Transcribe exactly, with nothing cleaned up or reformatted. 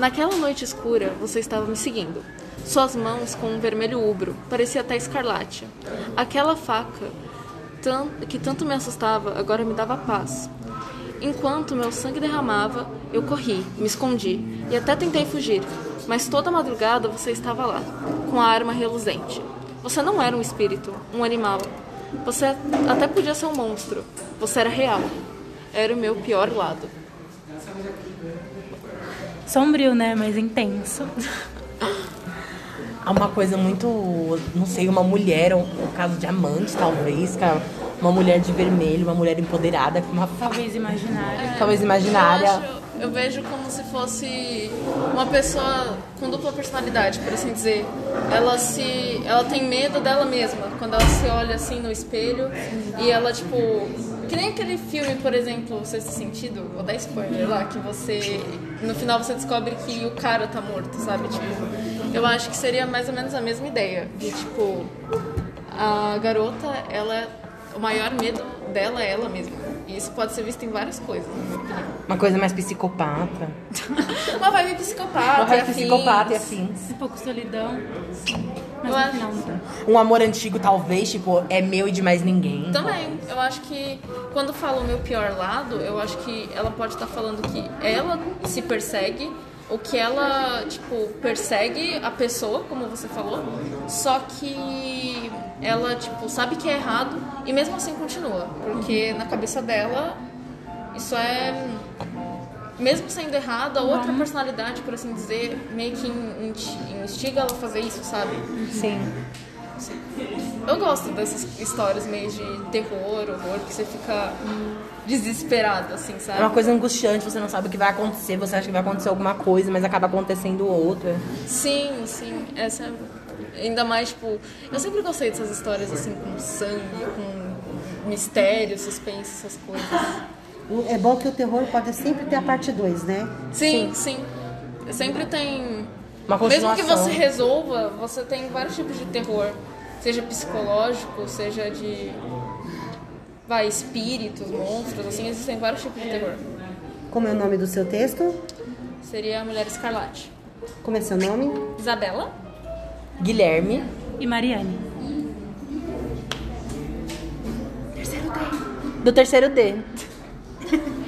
Naquela noite escura, você estava me seguindo. Suas mãos com um vermelho ubro, parecia até escarlate. Aquela faca tan- que tanto me assustava, agora me dava paz. Enquanto meu sangue derramava, eu corri, me escondi e até tentei fugir. Mas toda madrugada você estava lá, com a arma reluzente. Você não era um espírito, um animal. Você até podia ser um monstro. Você era real. Era o meu pior lado. Sombrio, né? Mas intenso. Há uma coisa muito, não sei, uma mulher, um, um caso de amante, talvez, cara. Uma mulher de vermelho, uma mulher empoderada, uma Talvez imaginária. É, talvez imaginária. Eu, acho, eu vejo como se fosse uma pessoa com dupla personalidade, por assim dizer. Ela se, ela tem medo dela mesma quando ela se olha assim no espelho e ela tipo, que nem aquele filme, por exemplo, O Sexto Sentido, vou dar spoiler lá, que você no final você descobre que o cara tá morto, sabe? Tipo, eu acho que seria mais ou menos a mesma ideia de tipo a garota, ela o maior medo dela é ela mesma. E isso pode ser visto em várias coisas, na minha opinião. Uma coisa mais psicopata. Uma vibe psicopata, Uma vibe afins. psicopata e afins. Um pouco solidão. Mas Eu no acho- final não tá. Um amor antigo, talvez, tipo, é meu e de mais ninguém. Também, eu acho que quando fala o meu pior lado, eu acho que ela pode estar falando que ela se persegue, ou que ela, tipo, persegue a pessoa, como você falou, só que ela, tipo, sabe que é errado e mesmo assim continua, porque na cabeça dela isso é, mesmo sendo errado, a outra personalidade, por assim dizer, meio que in- instiga ela a fazer isso, sabe? Sim. Eu gosto dessas histórias meio de terror, horror, que você fica desesperado, assim, É sabe? uma coisa angustiante, você não sabe o que vai acontecer, você acha que vai acontecer alguma coisa, mas acaba acontecendo outra. Sim, sim. Essa é... Ainda mais, tipo... Eu sempre gostei dessas histórias, assim, com sangue, com mistério, suspense, essas coisas. É bom que o terror pode sempre ter a parte dois, né? Sim, sim. Sempre tem... Uma Mesmo continuação. que você resolva, você tem vários tipos de terror. Seja psicológico, seja de... Vai, espíritos, monstros, assim, existem vários tipos de terror. Como é o nome do seu texto? Seria a Mulher Escarlate. Como é seu nome? Isabela? Guilherme. E Mariane. Do terceiro D.